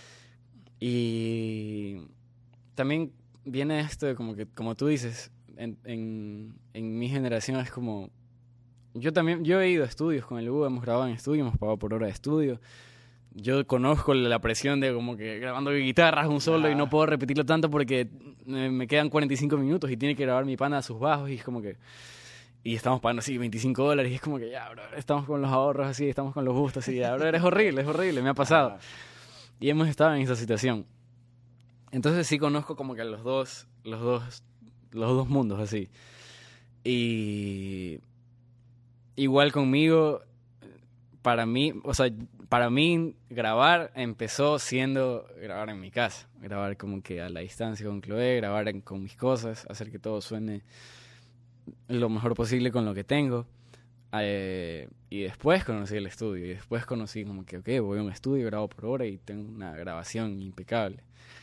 Y también viene esto de como que, como tú dices, en mi generación es como... Yo he ido a estudios con el Hugo, hemos grabado en estudio, hemos pagado por hora de estudio. Yo conozco la presión de como que grabando guitarras un solo y no puedo repetirlo tanto porque me quedan 45 minutos y tiene que grabar mi pana a sus bajos y es como que... Y estamos pagando así $25 y es como que ya, bro, estamos con los ahorros así, estamos con los gustos así, ya, bro, es horrible, me ha pasado. Y hemos estado en esa situación. Entonces sí conozco como que los dos mundos así. Y... Igual conmigo, para mí grabar empezó siendo grabar en mi casa, grabar como que a la distancia con Chloe, grabar con mis cosas, hacer que todo suene lo mejor posible con lo que tengo. Y después conocí el estudio, y después conocí como que, ok, voy a un estudio, grabo por hora y tengo una grabación impecable.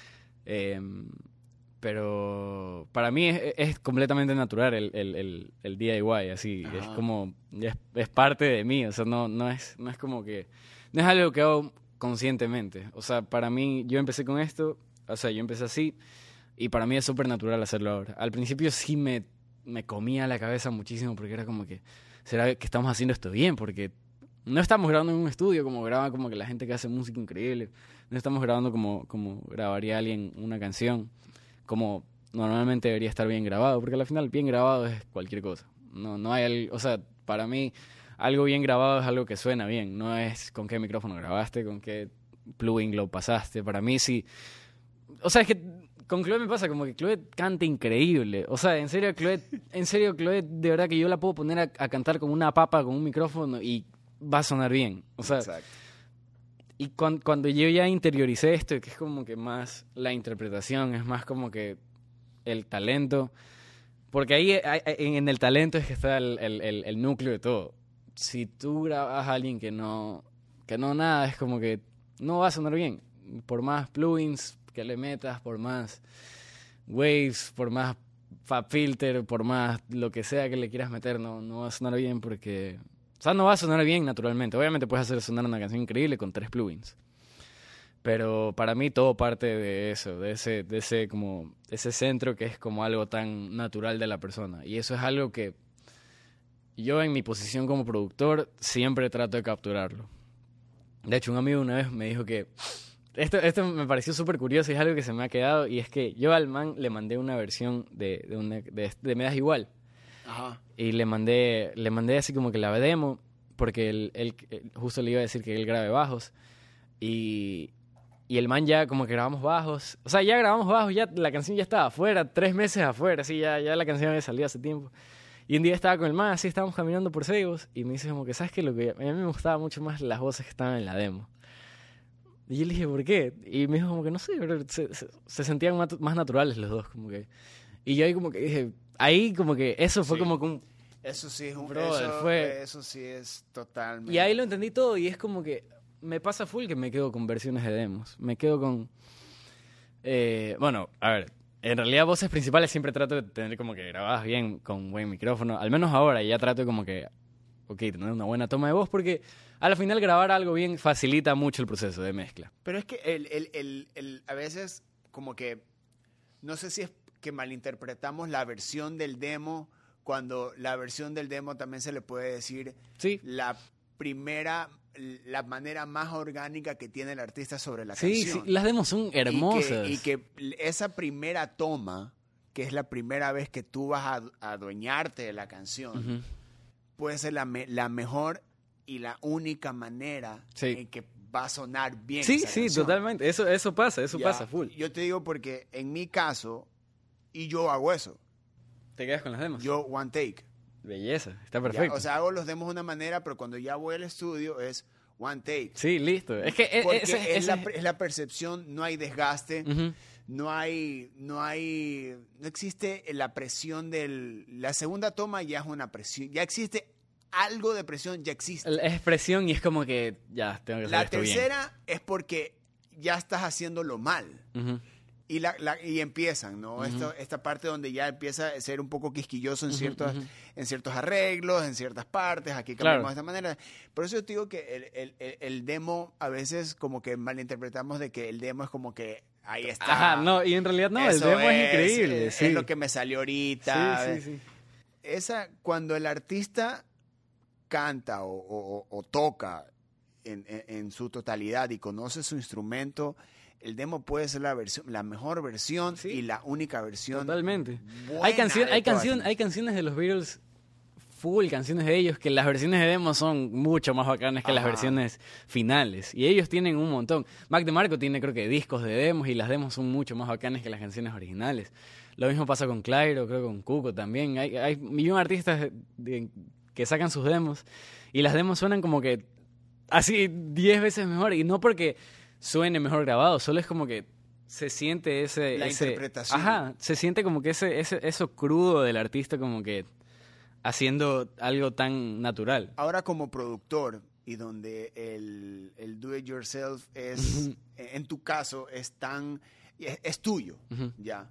Pero para mí es completamente natural el DIY, así. Ajá. Es como... Es parte de mí, o sea, no es como que... No es algo que hago conscientemente. O sea, para mí, yo empecé con esto, o sea, yo empecé así, y para mí es súper natural hacerlo ahora. Al principio sí me comía la cabeza muchísimo, porque era como que... ¿Será que estamos haciendo esto bien? Porque no estamos grabando en un estudio como graba como que la gente que hace música increíble. No estamos grabando como grabaría alguien una canción. Como normalmente debería estar bien grabado, porque al final bien grabado es cualquier cosa. No hay, o sea, para mí algo bien grabado es algo que suena bien, no es con qué micrófono grabaste, con qué plugin lo pasaste. Para mí sí, o sea, es que con Chloe me pasa como que Chloe canta increíble. O sea, en serio Chloe, de verdad que yo la puedo poner a cantar con una papa, con un micrófono y va a sonar bien. O sea, exacto. Y cuando yo ya interioricé esto, que es como que más la interpretación, es más como que el talento, porque ahí en el talento es que está el núcleo de todo. Si tú grabas a alguien que no nada, es como que no va a sonar bien. Por más plugins que le metas, por más waves, por más fab filter, por más lo que sea que le quieras meter, no va a sonar bien porque... O sea, no va a sonar bien naturalmente. Obviamente puedes hacer sonar una canción increíble con 3 plugins. Pero para mí todo parte de eso, de ese centro que es como algo tan natural de la persona. Y eso es algo que yo en mi posición como productor siempre trato de capturarlo. De hecho, un amigo una vez me dijo que... Esto me pareció súper curioso y es algo que se me ha quedado. Y es que yo al man le mandé una versión de Me Das Igual. Ajá. Y le mandé así como que la demo, porque él justo le iba a decir que él grabe bajos. Y el man ya como que grabamos bajos. O sea, ya grabamos bajos, ya la canción ya estaba afuera, 3 meses afuera, así ya la canción había salido hace tiempo. Y un día estaba con el man, así estábamos caminando por Seibos, y me dice como que, ¿sabes qué? A mí me gustaba mucho más las voces que estaban en la demo. Y yo le dije, ¿por qué? Y me dijo como que, no sé, se sentían más naturales los dos, como que... Y yo ahí como que dije... Ahí como que eso fue como que un... Eso sí es un... Eso sí es totalmente... Y ahí lo entendí todo y es como que... Me pasa full que me quedo con versiones de demos. Me quedo con... bueno, a ver... En realidad voces principales siempre trato de tener como que grabadas bien con buen micrófono. Al menos ahora ya trato de como que... Ok, tener una buena toma de voz porque... Al final grabar algo bien facilita mucho el proceso de mezcla. Pero es que a veces como que... No sé si es que malinterpretamos la versión del demo, cuando la versión del demo también se le puede decir sí. la manera más orgánica que tiene el artista sobre la canción. Sí, las demos son hermosas. Y que esa primera toma, que es la primera vez que tú vas a adueñarte de la canción, puede ser la mejor y la única manera en que va a sonar bien esa canción. Totalmente. Eso pasa full. Yo te digo porque en mi caso... Y yo hago eso. ¿Te quedas con las demos? Yo one take. belleza, está Ya, perfecto. o sea, hago los demos de una manera, pero cuando ya voy al estudio es one take. Sí, listo. Es que Porque ese- es la percepción, no hay desgaste, Ujú. no existe la presión la segunda toma ya es una presión, ya existe algo de presión, ya existe. La expresión y es como que ya, tengo que hacer La esto bien. tercera es porque ya estás haciéndolo mal. Ujú. Y empiezan, ¿no? Ujú. Esta parte donde ya empieza a ser un poco quisquilloso en Ujú, ciertos, ujú. en ciertos arreglos, en ciertas partes, aquí Claro. cambiamos de esta manera. Por eso yo te digo que el demo a veces como que malinterpretamos de que el demo es como que ahí está. Ajá, no, y en realidad no, el Eso demo es increíble. es sí. lo que me salió ahorita. Sí, sí, sí. Cuando el artista canta o toca en su totalidad y conoce su instrumento, el demo puede ser la mejor versión Sí. y la única versión. Totalmente. buena Hay, de todas. hay canciones de los Beatles, full canciones de ellos, que las versiones de demo son mucho más bacanas que las Ajá. versiones finales. Y ellos tienen un montón. Mac DeMarco tiene creo que discos de demos y las demos son mucho más bacanas que las canciones originales. Lo mismo pasa con Clairo, creo que con Cuco también. Hay millón de artistas que sacan sus demos y las demos suenan como que así 10 veces mejor. Y no porque suene mejor grabado, solo es como que se siente La interpretación. Ajá, se siente como que eso crudo del artista como que haciendo algo tan natural. Ahora como productor y donde el do it yourself es, en tu caso, es tuyo, Ujú. ya.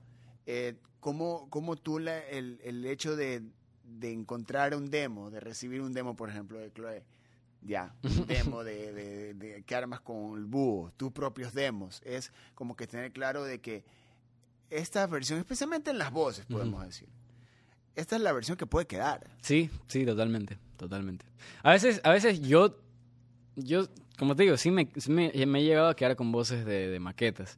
¿Cómo tú el hecho de encontrar un demo, de recibir un demo, por ejemplo, de Chloe, ya, un demo de que armas con el búho, tus propios demos, es como que tener claro de que esta versión, especialmente en las voces, podemos decir, esta es la versión que puede quedar. Sí, sí, totalmente, totalmente. A veces yo como te digo, sí me he llegado a quedar con voces de maquetas,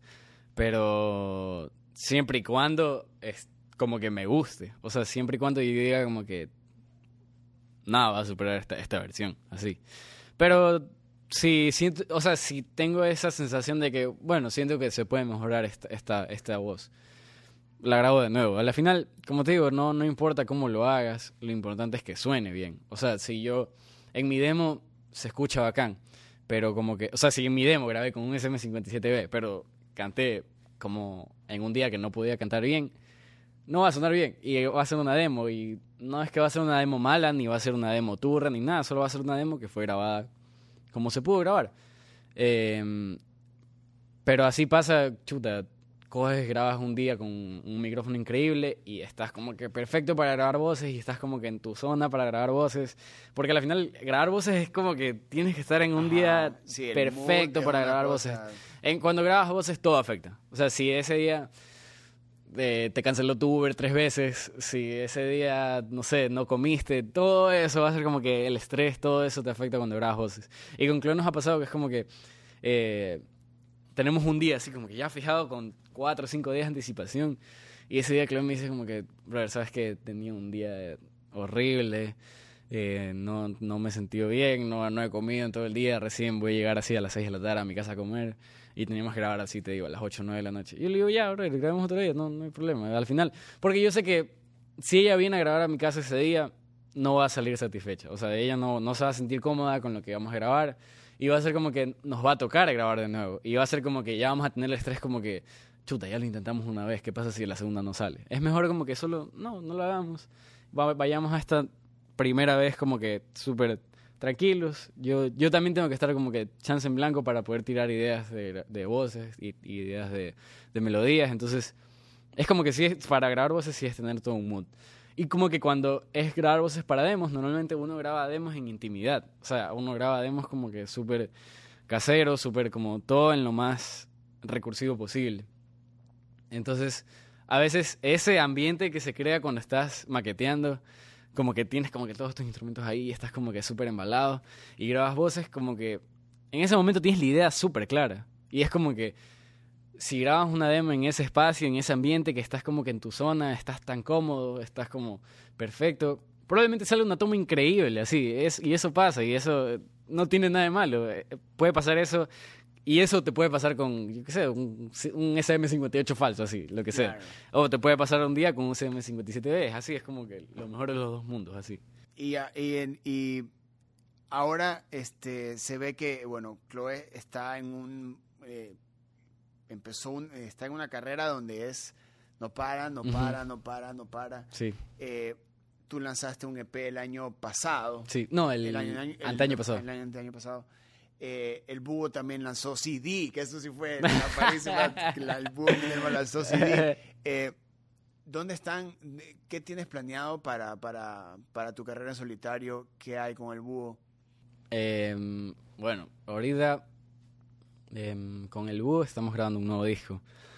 pero siempre y cuando es como que me guste. O sea, siempre y cuando yo diga como que nada va a superar esta versión, así. Pero sí, siento, o sea, si tengo esa sensación de que, bueno, siento que se puede mejorar esta voz, la grabo de nuevo. A la final, como te digo, no importa cómo lo hagas, lo importante es que suene bien. O sea, si yo en mi demo se escucha bacán, pero como que, o sea, si en mi demo grabé con un SM57B, pero canté como en un día que no podía cantar bien, no va a sonar bien. Y va a ser una demo, y no es que va a ser una demo mala, ni va a ser una demo turra, ni nada, solo va a ser una demo que fue grabada como se pudo grabar. Pero así pasa, chuta, coges, grabas un día con un micrófono increíble y estás como que perfecto para grabar voces y estás como que en tu zona para grabar voces. Porque al final grabar voces es como que tienes que estar en un día Sí, el perfecto mood es para una grabar cosa- voces. Cuando grabas voces todo afecta. O sea, si ese día te canceló tu Uber 3 veces, si ese día, no sé, no comiste, todo eso va a ser como que el estrés, todo eso te afecta cuando grabas voces. Y con Clon nos ha pasado que es como que tenemos un día así como que ya fijado con 4 o 5 días de anticipación, y ese día Clon me dice como que, brother, sabes que tenía un día horrible, no me he sentido bien, no he comido en todo el día, recién voy a llegar así a las 6 de la tarde a mi casa a comer, y teníamos que grabar así, te digo, a las 8 o 9 de la noche. Y yo le digo, ya, brother, grabemos otro día, no hay problema, al final, porque yo sé que si ella viene a grabar a mi casa ese día, no va a salir satisfecha, o sea, ella no se va a sentir cómoda con lo que vamos a grabar, y va a ser como que nos va a tocar grabar de nuevo, y va a ser como que ya vamos a tener el estrés como que, chuta, ya lo intentamos una vez, ¿qué pasa si la segunda no sale? Es mejor como que solo, no lo hagamos, vayamos a esta primera vez como que súper tranquilos. Yo también tengo que estar como que chance en blanco para poder tirar ideas de voces y ideas de melodías, entonces es como que sí, para grabar voces sí es tener todo un mood. Y como que cuando es grabar voces para demos, normalmente uno graba demos en intimidad, o sea, uno graba demos como que súper casero, súper como todo en lo más recursivo posible. Entonces, a veces ese ambiente que se crea cuando estás maqueteando, como que tienes como que todos tus instrumentos ahí y estás como que súper embalado y grabas voces como que en ese momento tienes la idea súper clara. Y es como que si grabas una demo en ese espacio, en ese ambiente que estás como que en tu zona, estás tan cómodo, estás como perfecto, probablemente sale una toma increíble, así. Y eso pasa y eso no tiene nada de malo. Puede pasar eso Y eso te puede pasar con, yo qué sé, un SM58 falso, así, lo que sea. Claro. O te puede pasar un día con un SM57B, así, es como que lo mejor de los dos mundos, así. Y ahora se ve que, bueno, Chloe está está en una carrera donde no para. Sí. Tú lanzaste un EP el año pasado. Sí, no, el anteaño pasado. El año pasado. El Búho también lanzó CD, que eso sí fue la parísima, el Búho Minerva lanzó CD. ¿Dónde están? ¿Qué tienes planeado para tu carrera en solitario? ¿Qué hay con el Búho? Bueno, ahorita con el Búho estamos grabando un nuevo disco.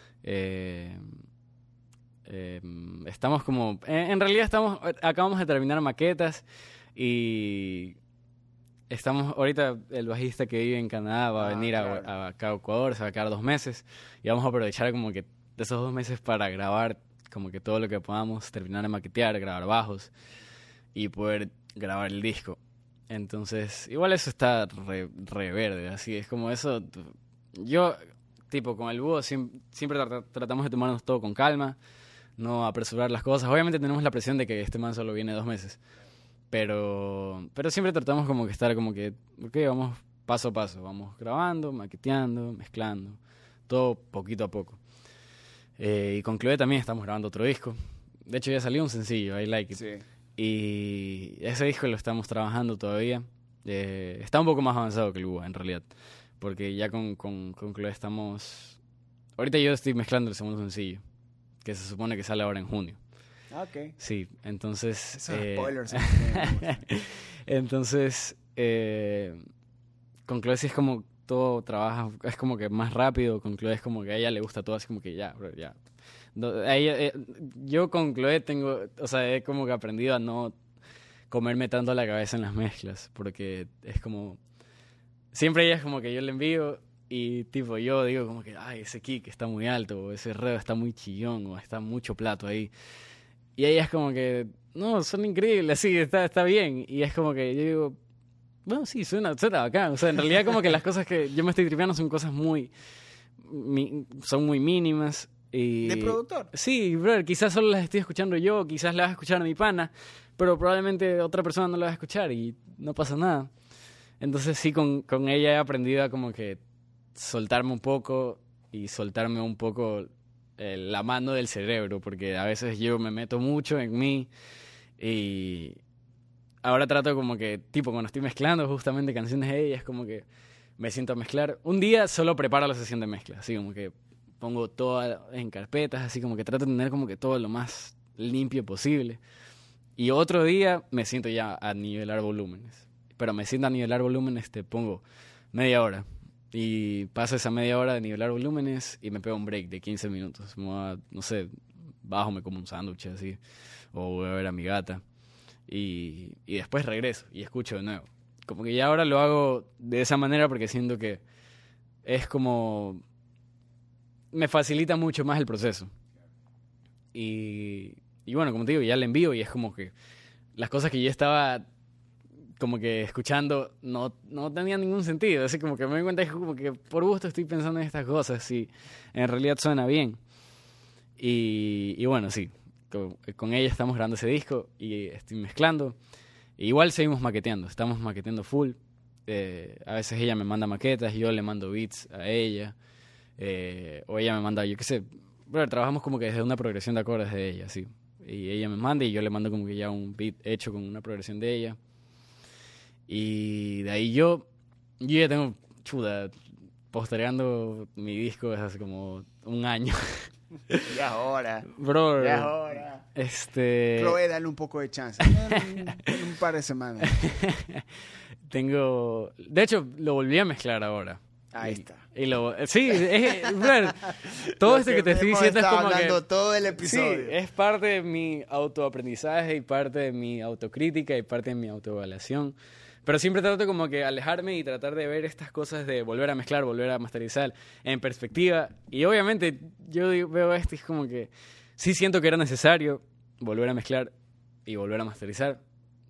Estamos como... en realidad acabamos de terminar maquetas y estamos... Ahorita el bajista que vive en Canadá va a venir claro. acá a Ecuador, se va a quedar 2 meses y vamos a aprovechar como que de esos 2 meses para grabar como que todo lo que podamos, terminar de maquetear, grabar bajos y poder grabar el disco. Entonces, igual eso está re verde, así es como eso. Yo, tipo, con el Búho siempre tratamos de tomarnos todo con calma, no apresurar las cosas. Obviamente tenemos la presión de que este man solo viene 2 meses, pero siempre tratamos como que estar como que, ok, vamos paso a paso, vamos grabando, maqueteando, mezclando, todo poquito a poco. Y con Chloe también estamos grabando otro disco. De hecho ya salió un sencillo, I Like It. Sí. Y ese disco lo estamos trabajando todavía. Está un poco más avanzado que el Búho, en realidad. Porque ya con Chloe estamos... Ahorita yo estoy mezclando el segundo sencillo, que se supone que sale ahora en junio. Ok. Sí, entonces... Esos spoilers. Entonces, con Chloe sí es como todo trabaja, es como que más rápido. Con Chloe es como que a ella le gusta todo, así como que ya, bro, ya. Yo con Chloe he como que aprendido a no comerme tanto la cabeza en las mezclas, porque es como... Siempre ella es como que yo le envío y tipo yo digo como que, ay, ese kick está muy alto, o ese reo está muy chillón, o está mucho plato ahí. Y ella es como que, no, son increíbles, sí, está bien. Y es como que yo digo, bueno, sí, suena bacán. O sea, en realidad como que las cosas que yo me estoy tripeando son cosas son muy mínimas. Y, ¿de productor? Sí, brother, quizás solo las estoy escuchando yo, quizás las vas a escuchar a mi pana, pero probablemente otra persona no las va a escuchar y no pasa nada. Entonces sí, con ella he aprendido a como que soltarme un poco y soltarme un poco la mano del cerebro, porque a veces yo me meto mucho en mí y ahora trato como que, tipo, cuando estoy mezclando justamente canciones de ella, es como que me siento a mezclar. Un día solo preparo la sesión de mezcla, así como que pongo todo en carpetas, así como que trato de tener como que todo lo más limpio posible. Y otro día me siento ya a nivelar volúmenes. Pero me siento a nivelar volúmenes, te pongo media hora. Y paso esa media hora de nivelar volúmenes y me pego un break de 15 minutos. No sé, bajo, me como un sándwich así. O voy a ver a mi gata. Y después regreso y escucho de nuevo. Como que ya ahora lo hago de esa manera porque siento que es como... me facilita mucho más el proceso. Y bueno, como te digo, ya le envío y es como que las cosas que yo estaba como que escuchando no tenían ningún sentido. Así como que me doy cuenta que como que por gusto estoy pensando en estas cosas y en realidad suena bien. Y bueno, sí, con ella estamos grabando ese disco y estoy mezclando. Igual seguimos maqueteando, estamos maqueteando full. A veces ella me manda maquetas, yo le mando beats a ella. O ella me manda, yo qué sé, bueno, trabajamos como que desde una progresión de acordes de ella, sí. Y ella me manda y yo le mando como que ya un beat hecho con una progresión de ella. Y de ahí yo ya tengo, postergando mi disco desde hace como un año. Ya es hora. Bro, ya es hora. Chloe, dale un poco de chance. un par de semanas. De hecho, lo volví a mezclar ahora. Ahí está. Sí, bro, todo esto que te estoy diciendo es como hablando que... todo el episodio. Sí, es parte de mi autoaprendizaje y parte de mi autocrítica y parte de mi autoevaluación. Pero siempre trato como que alejarme y tratar de ver estas cosas de volver a mezclar, volver a masterizar en perspectiva. Y obviamente yo veo esto y es como que sí siento que era necesario volver a mezclar y volver a masterizar.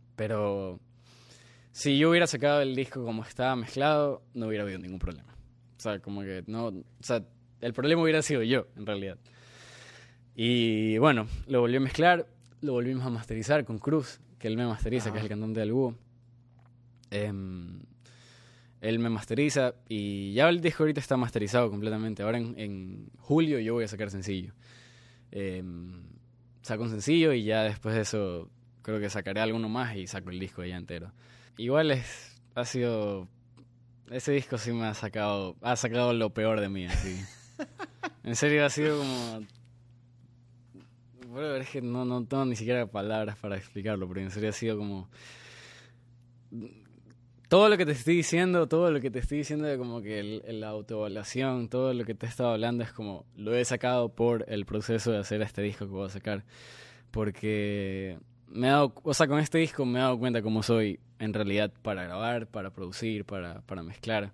Pero si yo hubiera sacado el disco como estaba mezclado, no hubiera habido ningún problema. O sea, como que no... O sea, el problema hubiera sido yo, en realidad. Y bueno, lo volví a mezclar, lo volvimos a masterizar con Cruz, que él me masteriza, que es el cantante del búho. Él me masteriza y ya el disco ahorita está masterizado completamente. Ahora en julio yo voy a sacar sencillo. Saco un sencillo y ya después de eso creo que sacaré alguno más y saco el disco ya entero. Igual ha sido... Ese disco sí me ha sacado lo peor de mí, así. En serio ha sido como... Bueno, es que no tengo ni siquiera palabras para explicarlo, pero en serio ha sido como... Todo lo que te estoy diciendo de como que la autoevaluación, todo lo que te he estado hablando es como... Lo he sacado por el proceso de hacer este disco que voy a sacar. Porque con este disco me he dado cuenta cómo soy en realidad para grabar, para producir, para mezclar.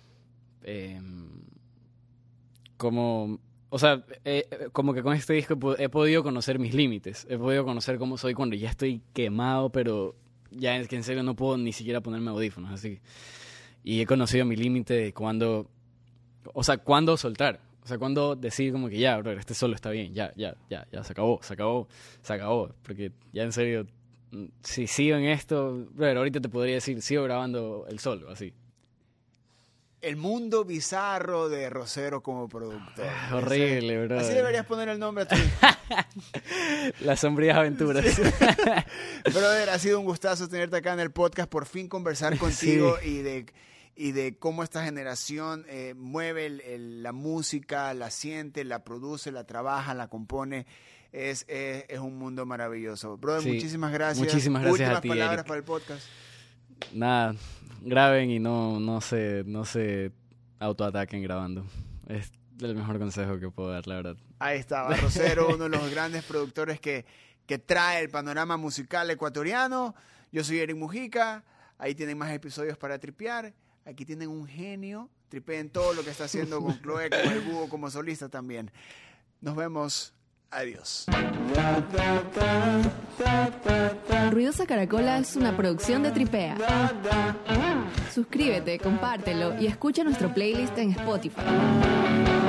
Como que con este disco he podido conocer mis límites. He podido conocer cómo soy cuando ya estoy quemado, pero ya es que en serio no puedo ni siquiera ponerme audífonos, así. Y he conocido mi límite de cuándo soltar. O sea, cuándo decir como que ya, bro, este solo está bien, ya, se acabó. Porque ya en serio, si sigo en esto, bro, ahorita te podría decir, sigo grabando el solo, así. El mundo bizarro de Rosero como productor. Horrible, bro. Así deberías poner el nombre a tu... Las sombrías aventuras. Sí. Brother, ha sido un gustazo tenerte acá en el podcast, por fin conversar contigo y de cómo esta generación mueve la música, la siente, la produce, la trabaja, la compone. Es un mundo maravilloso. Brother, sí. Muchísimas gracias. Muchísimas gracias Últimas a ti, palabras Eric. para el podcast. Nada, graben y no se autoataquen grabando. Es el mejor consejo que puedo dar, la verdad. Ahí estaba Rosero, uno de los grandes productores que trae el panorama musical ecuatoriano. Yo soy Eric Mujica. Ahí tienen más episodios para tripear. Aquí tienen un genio. Tripeen todo lo que está haciendo con Chloe, con el búho, como solista también. Nos vemos. Adiós. Ruidosa Caracola es una producción de Tripea. Suscríbete, compártelo y escucha nuestro playlist en Spotify.